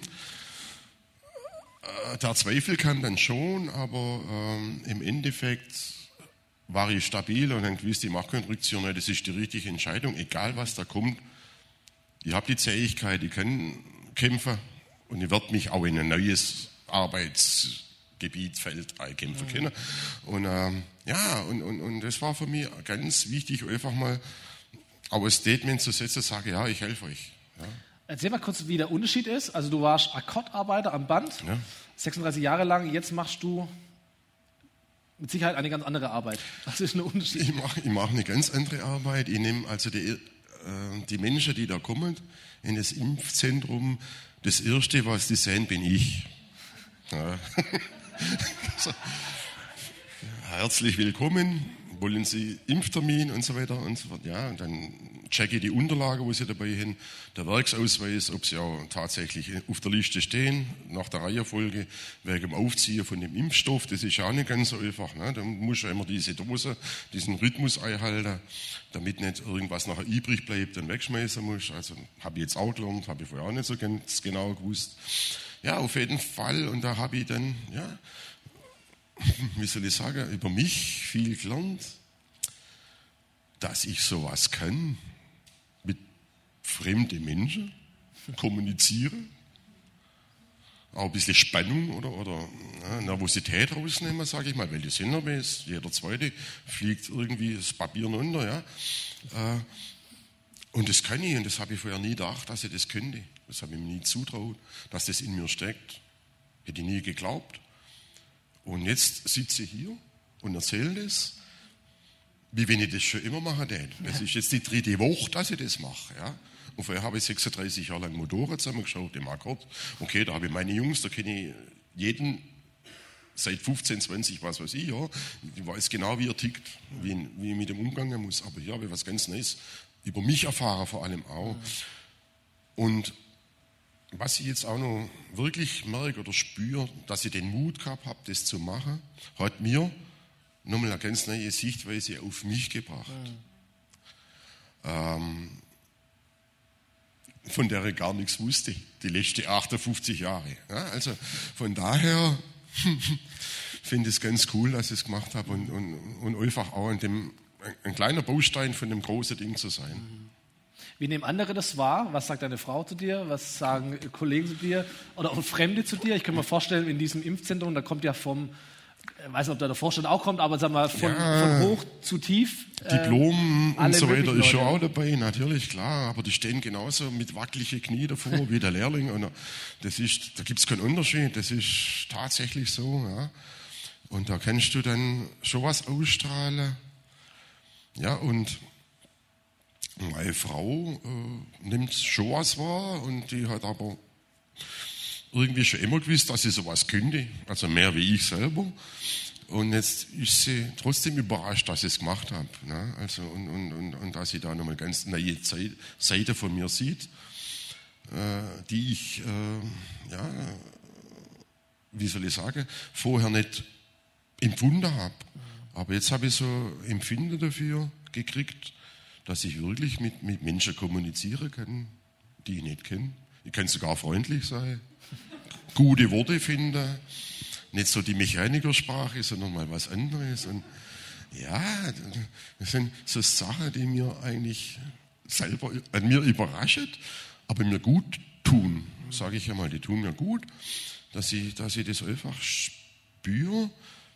Der Zweifel kam dann schon, aber ähm, im Endeffekt war ich stabil und dann gewusst, ich mache keinen Rückzieher, ne, das ist die richtige Entscheidung, egal was da kommt. Ich habe die Zähigkeit, ich kann kämpfen und ich werde mich auch in ein neues Arbeitsgebiet, Feld einkämpfen können. Und ähm, ja, und, und, und das war für mich ganz wichtig, einfach mal auch ein Statement zu setzen, sage, ja, ich helfe euch. Ja. Erzähl mal kurz, wie der Unterschied ist. Also du warst Akkordarbeiter am Band, ja. sechsunddreißig Jahre lang, jetzt machst du mit Sicherheit eine ganz andere Arbeit. Das ist ein Unterschied. Ich mache ich mach eine ganz andere Arbeit. Ich nehme also die, äh, die Menschen, die da kommen, in das Impfzentrum, das Erste, was die sehen, bin ich. Ja. So. Herzlich willkommen, wollen Sie Impftermin und so weiter und so fort. Ja, und dann checke ich die Unterlagen, wo Sie dabei haben, der Werksausweis, ob Sie auch tatsächlich auf der Liste stehen, nach der Reihenfolge, wegen dem Aufziehen von dem Impfstoff. Das ist auch nicht ganz so einfach. Ne? Da muss ja immer diese Dose, diesen Rhythmus einhalten, damit nicht irgendwas nachher übrig bleibt und wegschmeißen muss. Also habe ich jetzt auch gelernt, habe ich vorher auch nicht so ganz genau gewusst. Ja, auf jeden Fall. Und da habe ich dann, ja, wie soll ich sagen, über mich viel gelernt, dass ich sowas kann, mit fremden Menschen kommunizieren, auch ein bisschen Spannung oder, oder ja, Nervosität rausnehmen, sage ich mal, weil die sind nervös, jeder Zweite fliegt irgendwie das Papier runter, ja. Und das kann ich, und das habe ich vorher nie gedacht, dass ich das könnte. Das habe ich mir nie zutraut, dass das in mir steckt. Hätte ich nie geglaubt. Und jetzt sitze ich hier und erzähle das, wie wenn ich das schon immer machen würde. Das ist jetzt die dritte Woche, dass ich das mache. Ja? Und vorher habe ich sechsunddreißig Jahre lang Motorrad zusammengeschaut, im Akkord. Okay, da habe ich meine Jungs, da kenne ich jeden seit fünfzehn, zwanzig, was weiß ich. Ja. Ich weiß genau, wie er tickt, wie, wie ich mit dem umgehen muss. Aber hier habe ich was ganz Neues über mich erfahren, vor allem auch. Und was ich jetzt auch noch wirklich merke oder spüre, dass ich den Mut gehabt habe, das zu machen, hat mir nochmal eine ganz neue Sichtweise auf mich gebracht. Mhm. Ähm, von der ich gar nichts wusste, die letzten achtundfünfzig Jahre. Ja, also von daher finde ich es ganz cool, dass ich es gemacht habe und, und, und einfach auch an dem, ein kleiner Baustein von dem großen Ding zu sein. Mhm. Wie nehmen andere das wahr? Was sagt deine Frau zu dir? Was sagen Kollegen zu dir? Oder auch Fremde zu dir? Ich kann mir vorstellen, in diesem Impfzentrum, da kommt ja vom, ich weiß nicht, ob da der Vorstand auch kommt, aber sag mal, von, ja, von hoch zu tief. Diplom äh, und so weiter ist schon auch dabei, natürlich, klar. Aber die stehen genauso mit wackeligen Knie davor wie der Lehrling. Und das ist, da gibt es keinen Unterschied. Das ist tatsächlich so. Ja. Und da kannst du dann schon was ausstrahlen. Ja, und meine Frau äh, nimmt schon was wahr und die hat aber irgendwie schon immer gewusst, dass sie sowas könnte, also mehr wie ich selber. Und jetzt ist sie trotzdem überrascht, dass ich es gemacht habe. Ne? Also, und, und, und, und dass sie da nochmal ganz neue Zeit, Seite von mir sieht, äh, die ich, äh, ja, wie soll ich sagen, vorher nicht empfunden habe. Aber jetzt habe ich so Empfinden dafür gekriegt, dass ich wirklich mit, mit Menschen kommunizieren kann, die ich nicht kenne. Ich kann sogar freundlich sein, gute Worte finden, nicht so die Mechanikersprache, sondern mal was anderes. Und ja, das sind so Sachen, die mir eigentlich selber an mir überraschen, aber mir gut tun, sage ich einmal. Die tun mir gut, dass ich, dass ich das einfach spüre,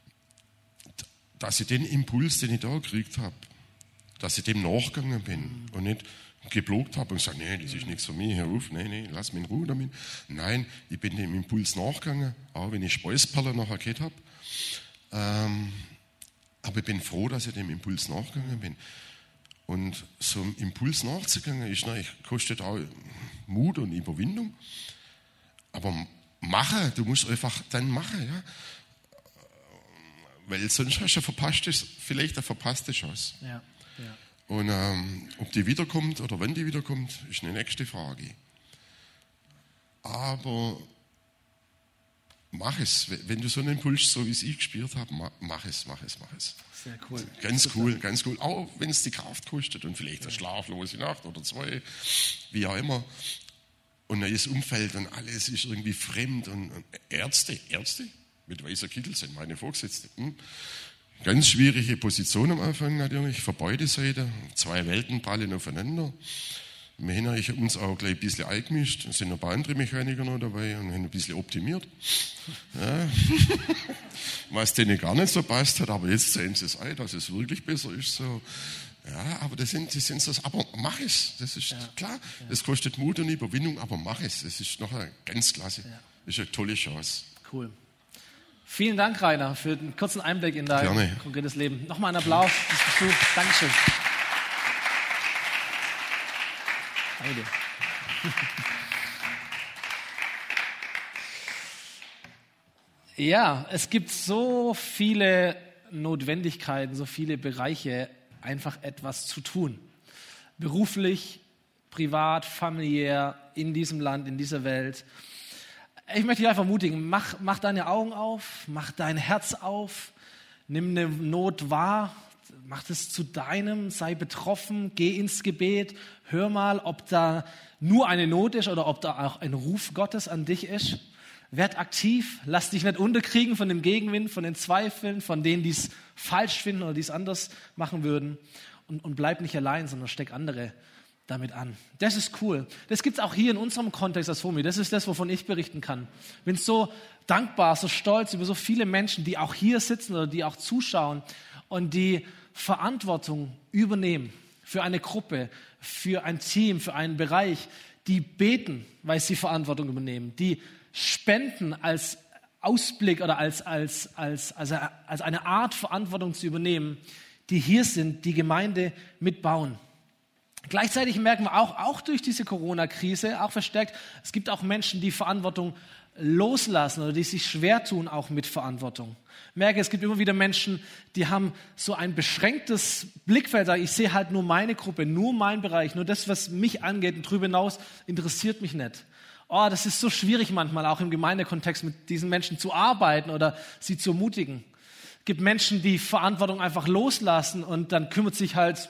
dass ich den Impuls, den ich da gekriegt habe, dass ich dem nachgegangen bin und nicht geblockt habe und gesagt, nee, das ist nichts für mich, hör auf, nee, nee, lass mich in Ruhe damit. Nein, ich bin dem Impuls nachgegangen, auch wenn ich Speisperlen nachher gehabt habe. Ähm, aber ich bin froh, dass ich dem Impuls nachgegangen bin. Und so einem Impuls nachzugehen, ist, na, kostet auch Mut und Überwindung. Aber machen, du musst einfach dann machen, ja. Weil sonst hast du verpasstes, vielleicht eine verpasste Chance. Ja. Ja. Und ähm, ob die wiederkommt oder wann die wiederkommt, ist eine nächste Frage. Aber mach es. Wenn du so einen Impuls, so wie es ich gespürt habe, mach es, mach es, mach es. Sehr cool. Ganz cool, ganz cool. Auch wenn es die Kraft kostet und vielleicht eine schlaflose Nacht oder zwei, wie auch immer. Und neues Umfeld und alles ist irgendwie fremd. Und, und Ärzte, Ärzte mit weißer Kittel sind meine Vorgesetzten. Hm. Ganz schwierige Position am Anfang natürlich, für beide Seiten. Zwei Welten prallen aufeinander. Wir haben uns auch gleich ein bisschen eingemischt. Es sind noch ein paar andere Mechaniker noch dabei und haben ein bisschen optimiert. Ja. Was denen gar nicht so passt hat, aber jetzt sehen sie es ein, dass es wirklich besser ist. So. Ja, aber das sind, das sind so, aber mach es. Das ist ja klar. Ja. Das kostet Mut und Überwindung, aber mach es. Das ist noch eine ganz klasse. Ja. Das ist eine tolle Chance. Cool. Vielen Dank, Rainer, für den kurzen Einblick in dein Gerne. konkretes Leben. Nochmal einen Applaus. Das bist du. Dankeschön. Danke dir. Ja, es gibt so viele Notwendigkeiten, so viele Bereiche, einfach etwas zu tun. Beruflich, privat, familiär, in diesem Land, in dieser Welt. Ich möchte dich einfach ermutigen, mach, mach deine Augen auf, mach dein Herz auf, nimm eine Not wahr, mach es zu deinem, sei betroffen, geh ins Gebet, hör mal, ob da nur eine Not ist oder ob da auch ein Ruf Gottes an dich ist. Werd aktiv, lass dich nicht unterkriegen von dem Gegenwind, von den Zweifeln, von denen, die es falsch finden oder die es anders machen würden. Und, und bleib nicht allein, sondern steck andere damit an. Das ist cool. Das gibt es auch hier in unserem Kontext als Fomi. Das ist das, wovon ich berichten kann. Ich bin so dankbar, so stolz über so viele Menschen, die auch hier sitzen oder die auch zuschauen und die Verantwortung übernehmen für eine Gruppe, für ein Team, für einen Bereich, die beten, weil sie Verantwortung übernehmen, die spenden als Ausblick oder als, als, als, als, als eine Art Verantwortung zu übernehmen, die hier sind, die Gemeinde mitbauen. Gleichzeitig merken wir auch, auch durch diese Corona-Krise, auch verstärkt, es gibt auch Menschen, die Verantwortung loslassen oder die sich schwer tun, auch mit Verantwortung. Ich merke, es gibt immer wieder Menschen, die haben so ein beschränktes Blickfeld, sagen, ich sehe halt nur meine Gruppe, nur meinen Bereich, nur das, was mich angeht und darüber hinaus interessiert mich nicht. Oh, das ist so schwierig manchmal, auch im Gemeindekontext mit diesen Menschen zu arbeiten oder sie zu ermutigen. Es gibt Menschen, die Verantwortung einfach loslassen und dann kümmert sich halt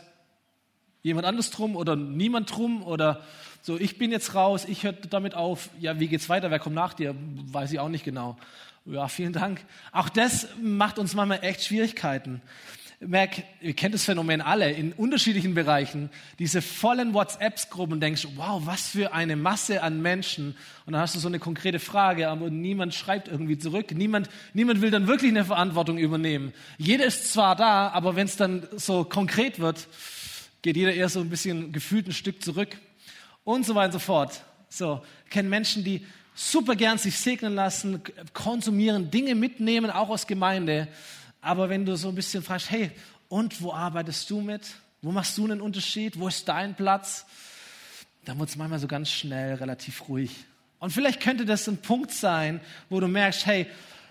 jemand anderes drum oder niemand drum oder so, ich bin jetzt raus, ich höre damit auf, ja, wie geht's weiter, wer kommt nach dir, weiß ich auch nicht genau. Ja, vielen Dank. Auch das macht uns manchmal echt Schwierigkeiten. Merk, ihr kennt das Phänomen alle, in unterschiedlichen Bereichen, diese vollen WhatsApp-Gruppen und denkst, wow, was für eine Masse an Menschen. Und dann hast du so eine konkrete Frage, aber niemand schreibt irgendwie zurück. Niemand, niemand will dann wirklich eine Verantwortung übernehmen. Jeder ist zwar da, aber wenn es dann so konkret wird, geht jeder eher so ein bisschen gefühlt ein Stück zurück und so weiter und so fort. So, ich kenne Menschen, die super gern sich segnen lassen, konsumieren, Dinge mitnehmen, auch aus Gemeinde. Aber wenn du so ein bisschen fragst, hey, und wo arbeitest du mit? Wo machst du einen Unterschied? Wo ist dein Platz? Dann wird es manchmal so ganz schnell relativ ruhig. Und vielleicht könnte das ein Punkt sein, wo du merkst, hey,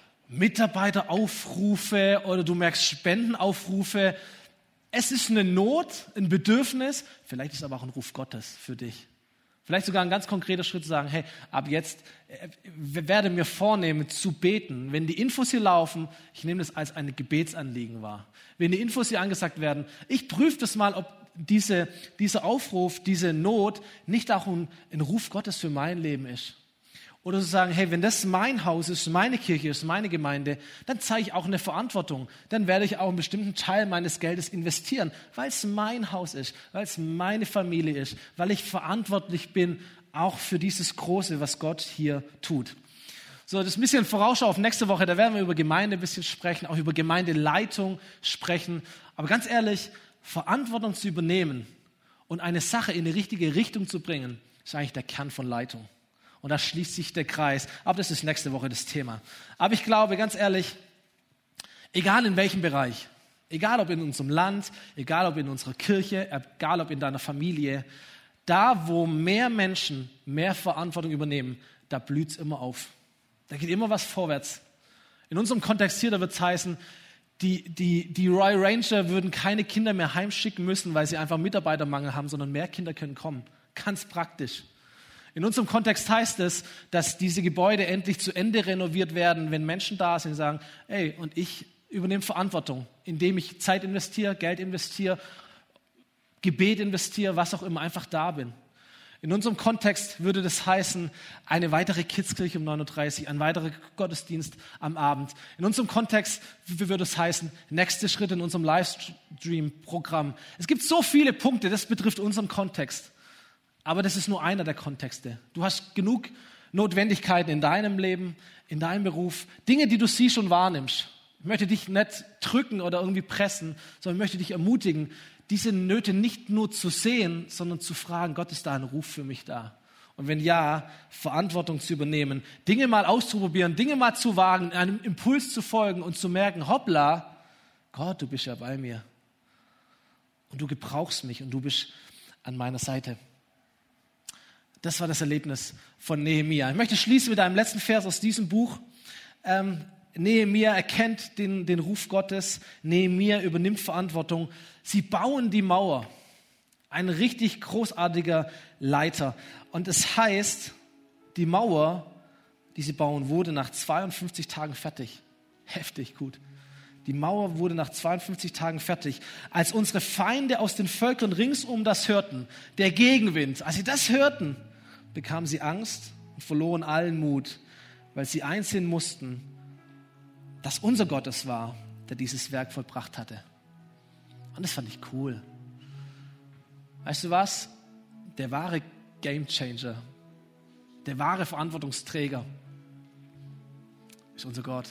Mitarbeiteraufrufe oder du merkst Spendenaufrufe. Es ist eine Not, ein Bedürfnis, vielleicht ist es aber auch ein Ruf Gottes für dich. Vielleicht sogar ein ganz konkreter Schritt zu sagen, hey, ab jetzt äh, werde mir vornehmen zu beten. Wenn die Infos hier laufen, ich nehme das als ein Gebetsanliegen wahr. Wenn die Infos hier angesagt werden, ich prüfe das mal, ob diese, dieser Aufruf, diese Not nicht auch ein, ein Ruf Gottes für mein Leben ist. Oder zu sagen, hey, wenn das mein Haus ist, meine Kirche ist, meine Gemeinde, dann zeige ich auch eine Verantwortung. Dann werde ich auch einen bestimmten Teil meines Geldes investieren, weil es mein Haus ist, weil es meine Familie ist, weil ich verantwortlich bin auch für dieses Große, was Gott hier tut. So, das ist ein bisschen Vorausschau auf nächste Woche, da werden wir über Gemeinde ein bisschen sprechen, auch über Gemeindeleitung sprechen. Aber ganz ehrlich, Verantwortung zu übernehmen und eine Sache in die richtige Richtung zu bringen, ist eigentlich der Kern von Leitung. Und da schließt sich der Kreis. Aber das ist nächste Woche das Thema. Aber ich glaube, ganz ehrlich, egal in welchem Bereich, egal ob in unserem Land, egal ob in unserer Kirche, egal ob in deiner Familie, da wo mehr Menschen mehr Verantwortung übernehmen, da blüht es immer auf. Da geht immer was vorwärts. In unserem Kontext hier, da wird es heißen, die, die, die Royal Ranger würden keine Kinder mehr heimschicken müssen, weil sie einfach Mitarbeitermangel haben, sondern mehr Kinder können kommen. Ganz praktisch. In unserem Kontext heißt es, dass diese Gebäude endlich zu Ende renoviert werden, wenn Menschen da sind und sagen, ey, und ich übernehme Verantwortung, indem ich Zeit investiere, Geld investiere, Gebet investiere, was auch immer, einfach da bin. In unserem Kontext würde das heißen, eine weitere Kidskirche um neun Uhr dreißig, ein weiterer Gottesdienst am Abend. In unserem Kontext würde es heißen, nächste Schritte in unserem Livestream-Programm. Es gibt so viele Punkte, das betrifft unseren Kontext. Aber das ist nur einer der Kontexte. Du hast genug Notwendigkeiten in deinem Leben, in deinem Beruf, Dinge, die du siehst und wahrnimmst. Ich möchte dich nicht drücken oder irgendwie pressen, sondern ich möchte dich ermutigen, diese Nöte nicht nur zu sehen, sondern zu fragen, Gott, ist da ein Ruf für mich da? Und wenn ja, Verantwortung zu übernehmen, Dinge mal auszuprobieren, Dinge mal zu wagen, einem Impuls zu folgen und zu merken, hoppla, Gott, du bist ja bei mir. Und du gebrauchst mich und du bist an meiner Seite. Das war das Erlebnis von Nehemia. Ich möchte schließen mit einem letzten Vers aus diesem Buch. Ähm, Nehemia erkennt den, den Ruf Gottes. Nehemia übernimmt Verantwortung. Sie bauen die Mauer. Ein richtig großartiger Leiter. Und es heißt, die Mauer, die sie bauen, wurde nach zweiundfünfzig Tagen fertig. Heftig gut. Die Mauer wurde nach zweiundfünfzig Tagen fertig. Als unsere Feinde aus den Völkern ringsum das hörten, der Gegenwind, als sie das hörten, bekamen sie Angst und verloren allen Mut, weil sie einsehen mussten, dass unser Gott es war, der dieses Werk vollbracht hatte. Und das fand ich cool. Weißt du was? Der wahre Gamechanger, der wahre Verantwortungsträger ist unser Gott.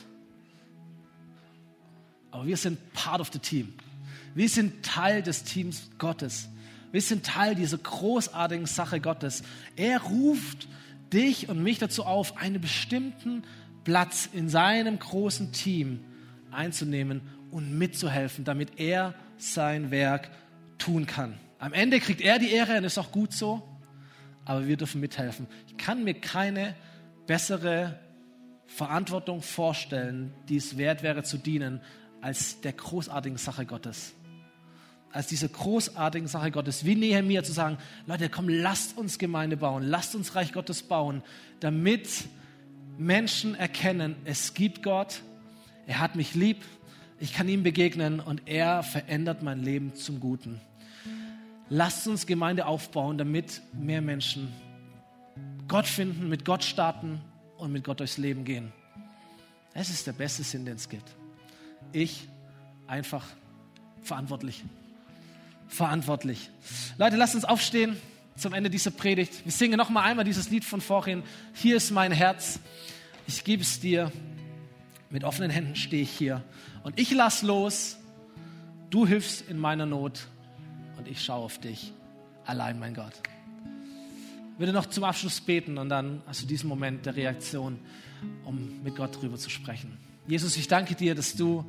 Aber wir sind part of the team. Wir sind Teil des Teams Gottes. Wir sind Teil dieser großartigen Sache Gottes. Er ruft dich und mich dazu auf, einen bestimmten Platz in seinem großen Team einzunehmen und mitzuhelfen, damit er sein Werk tun kann. Am Ende kriegt er die Ehre und ist auch gut so, aber wir dürfen mithelfen. Ich kann mir keine bessere Verantwortung vorstellen, die es wert wäre zu dienen, als der großartigen Sache Gottes. Als diese großartigen Sache Gottes, wie Nehemia zu sagen, Leute, komm, lasst uns Gemeinde bauen, lasst uns Reich Gottes bauen, damit Menschen erkennen, es gibt Gott, er hat mich lieb, ich kann ihm begegnen und er verändert mein Leben zum Guten. Lasst uns Gemeinde aufbauen, damit mehr Menschen Gott finden, mit Gott starten und mit Gott durchs Leben gehen. Es ist der beste Sinn, den es gibt. Ich einfach verantwortlich. Verantwortlich. Leute, lasst uns aufstehen zum Ende dieser Predigt. Wir singen noch mal einmal dieses Lied von vorhin. Hier ist mein Herz. Ich gebe es dir. Mit offenen Händen stehe ich hier. Und ich lass los. Du hilfst in meiner Not. Und ich schaue auf dich. Allein, mein Gott. Ich würde noch zum Abschluss beten und dann hast du diesen Moment der Reaktion, um mit Gott drüber zu sprechen. Jesus, ich danke dir, dass du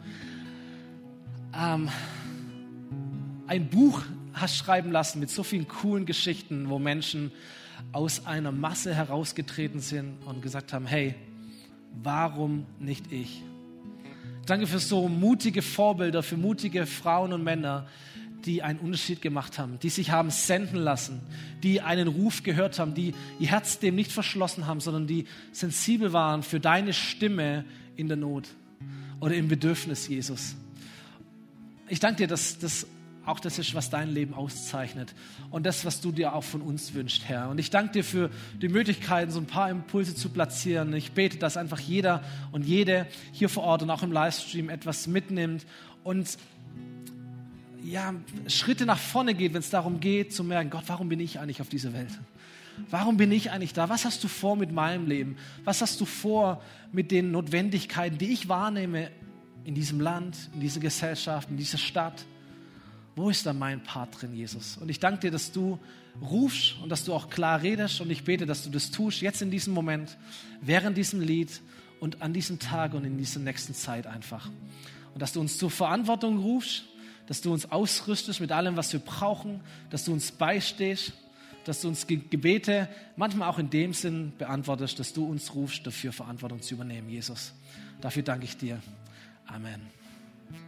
ähm, ein Buch hast schreiben lassen mit so vielen coolen Geschichten, wo Menschen aus einer Masse herausgetreten sind und gesagt haben, hey, warum nicht ich? Danke für so mutige Vorbilder, für mutige Frauen und Männer, die einen Unterschied gemacht haben, die sich haben senden lassen, die einen Ruf gehört haben, die ihr Herz dem nicht verschlossen haben, sondern die sensibel waren für deine Stimme in der Not oder im Bedürfnis, Jesus. Ich danke dir, dass das auch das ist, was dein Leben auszeichnet und das, was du dir auch von uns wünschst, Herr. Und ich danke dir für die Möglichkeiten, so ein paar Impulse zu platzieren. Ich bete, dass einfach jeder und jede hier vor Ort und auch im Livestream etwas mitnimmt und ja, Schritte nach vorne geht, wenn es darum geht, zu merken, Gott, warum bin ich eigentlich auf dieser Welt? Warum bin ich eigentlich da? Was hast du vor mit meinem Leben? Was hast du vor mit den Notwendigkeiten, die ich wahrnehme in diesem Land, in dieser Gesellschaft, in dieser Stadt? Wo ist da mein Part drin, Jesus? Und ich danke dir, dass du rufst und dass du auch klar redest und ich bete, dass du das tust, jetzt in diesem Moment, während diesem Lied und an diesem Tag und in dieser nächsten Zeit einfach. Und dass du uns zur Verantwortung rufst, dass du uns ausrüstest mit allem, was wir brauchen, dass du uns beistehst, dass du uns Ge- Gebete manchmal auch in dem Sinn beantwortest, dass du uns rufst, dafür Verantwortung zu übernehmen, Jesus. Dafür danke ich dir. Amen.